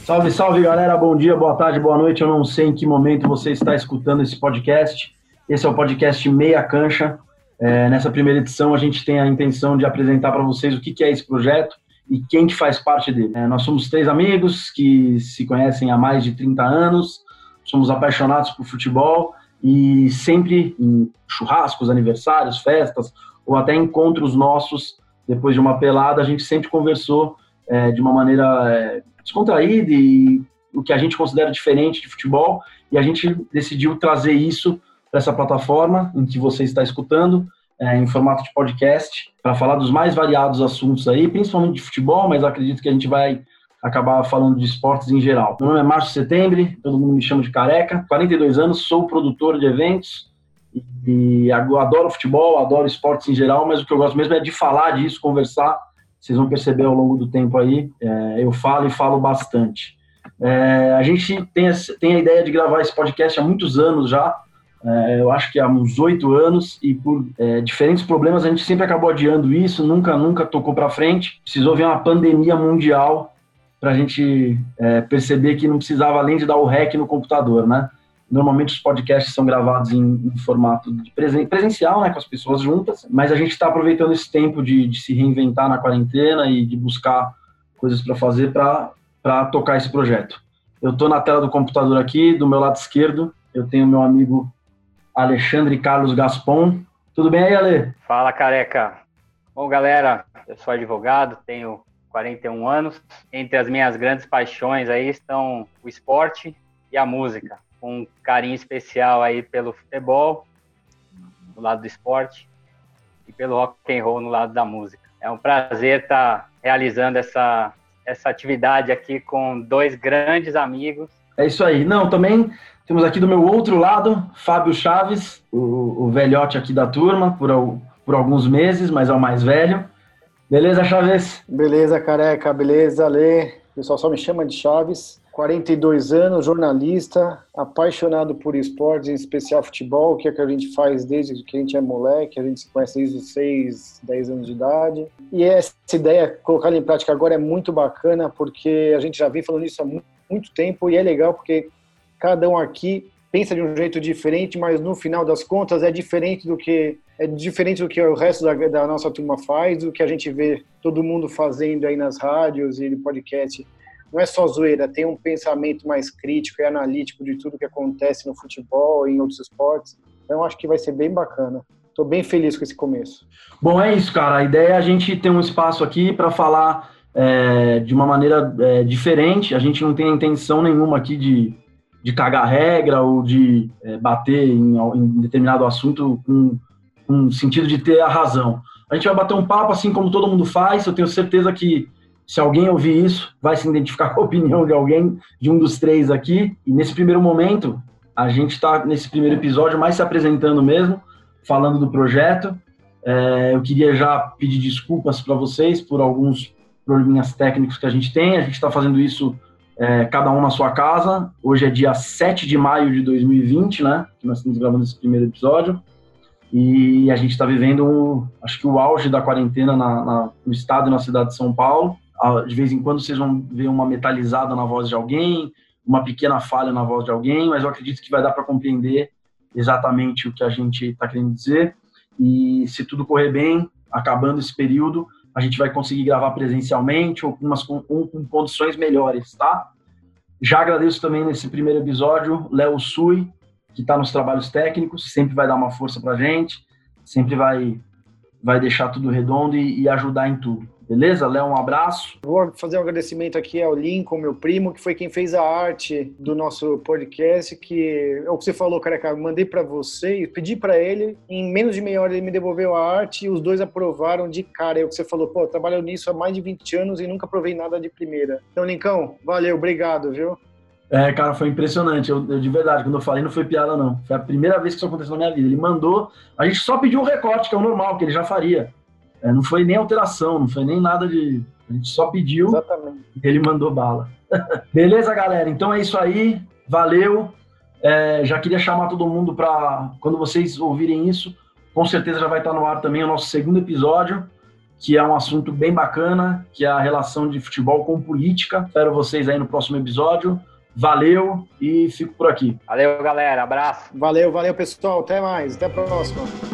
Salve, salve, galera. Bom dia, boa tarde, boa noite. Eu não sei em que momento você está escutando esse podcast. Esse é o podcast Meia Cancha. Nessa primeira edição, a gente tem a intenção de apresentar para vocês o que é esse projeto e quem que faz parte dele. Nós somos 3 amigos que se conhecem há mais de 30 anos, somos apaixonados por futebol e sempre em churrascos, aniversários, festas ou até encontros nossos, depois de uma pelada, a gente sempre conversou de uma maneira descontraída e o que a gente considera diferente de futebol, e a gente decidiu trazer isso para essa plataforma em que você está escutando, em formato de podcast, para falar dos mais variados assuntos aí, principalmente de futebol, mas acredito que a gente vai acabar falando de esportes em geral. Meu nome é Márcio Setembre, todo mundo me chama de Careca, 42 anos, sou produtor de eventos e adoro futebol, adoro esportes em geral, mas o que eu gosto mesmo é de falar disso, conversar. Vocês vão perceber ao longo do tempo aí, eu falo e falo bastante. A gente tem a ideia de gravar esse podcast há muitos anos já, eu acho que há uns 8 anos, e por diferentes problemas a gente sempre acabou adiando isso, nunca tocou para frente. Precisou vir uma pandemia mundial para a gente perceber que não precisava, além de dar o REC no computador, né? Normalmente os podcasts são gravados em formato de presencial, né, com as pessoas juntas, mas a gente está aproveitando esse tempo de se reinventar na quarentena e de buscar coisas para fazer para tocar esse projeto. Eu estou na tela do computador aqui, do meu lado esquerdo, eu tenho meu amigo Alexandre Carlos Gaspon. Tudo bem aí, Ale? Fala, Careca. Bom, galera, eu sou advogado, tenho 41 anos. Entre as minhas grandes paixões aí estão o esporte e a música. Um carinho especial aí pelo futebol, no lado do esporte, e pelo rock and roll no lado da música. É um prazer estar realizando essa atividade aqui com 2 grandes amigos. É isso aí. Não, também temos aqui do meu outro lado, Fábio Chaves, o velhote aqui da turma, por alguns meses, mas é o mais velho. Beleza, Chaves? Beleza, Careca, beleza, Ale. O pessoal só me chama de Chaves. 42 anos, jornalista, apaixonado por esportes, em especial futebol, que é o que a gente faz desde que a gente é moleque, a gente se conhece desde os 6, 10 anos de idade. E essa ideia, colocá-la em prática agora, é muito bacana, porque a gente já vem falando isso há muito tempo, e é legal porque cada um aqui pensa de um jeito diferente, mas no final das contas é diferente do que o resto da nossa turma faz, do que a gente vê todo mundo fazendo aí nas rádios e no podcast. Não é só zoeira, tem um pensamento mais crítico e analítico de tudo que acontece no futebol e em outros esportes. Então, acho que vai ser bem bacana. Estou bem feliz com esse começo. Bom, é isso, cara. A ideia é a gente ter um espaço aqui para falar de uma maneira diferente. A gente não tem a intenção nenhuma aqui de cagar regra ou de bater em determinado assunto com sentido de ter a razão. A gente vai bater um papo assim como todo mundo faz. Eu tenho certeza que se alguém ouvir isso, vai se identificar com a opinião de alguém, de um dos 3 aqui. E nesse primeiro momento, a gente está nesse primeiro episódio mais se apresentando mesmo, falando do projeto. Eu queria já pedir desculpas para vocês por alguns probleminhas técnicos que a gente tem. A gente está fazendo isso cada um na sua casa. Hoje é dia 7 de maio de 2020, né? Que nós estamos gravando esse primeiro episódio. E a gente está vivendo, acho que o auge da quarentena no estado e na cidade de São Paulo. De vez em quando vocês vão ver uma metalizada na voz de alguém, uma pequena falha na voz de alguém, mas eu acredito que vai dar para compreender exatamente o que a gente está querendo dizer. E se tudo correr bem, acabando esse período, a gente vai conseguir gravar presencialmente ou com condições melhores, tá? Já agradeço também nesse primeiro episódio Léo Sui, que está nos trabalhos técnicos, sempre vai dar uma força para a gente, sempre vai deixar tudo redondo e ajudar em tudo. Beleza? Léo, um abraço. Vou fazer um agradecimento aqui ao Lincoln, meu primo, que foi quem fez a arte do nosso podcast, que é o que você falou, Careca, eu mandei para você, pedi para ele, em menos de meia hora ele me devolveu a arte e os 2 aprovaram de cara. É o que você falou, eu trabalho nisso há mais de 20 anos e nunca provei nada de primeira. Então, Lincoln, valeu, obrigado, viu? Cara, foi impressionante. Eu de verdade, quando eu falei, não foi piada, não. Foi a primeira vez que isso aconteceu na minha vida. Ele mandou, a gente só pediu um recorte, que é o normal, que ele já faria. Não foi nem alteração, não foi nem nada de... A gente só pediu. Exatamente. E ele mandou bala. Beleza, galera? Então é isso aí. Valeu. Já queria chamar todo mundo para... Quando vocês ouvirem isso, com certeza já vai estar no ar também o nosso segundo episódio que é um assunto bem bacana, que é a relação de futebol com política. Espero vocês aí no próximo episódio. Valeu e fico por aqui. Valeu, galera. Abraço. Valeu, pessoal. Até mais. Até a próxima.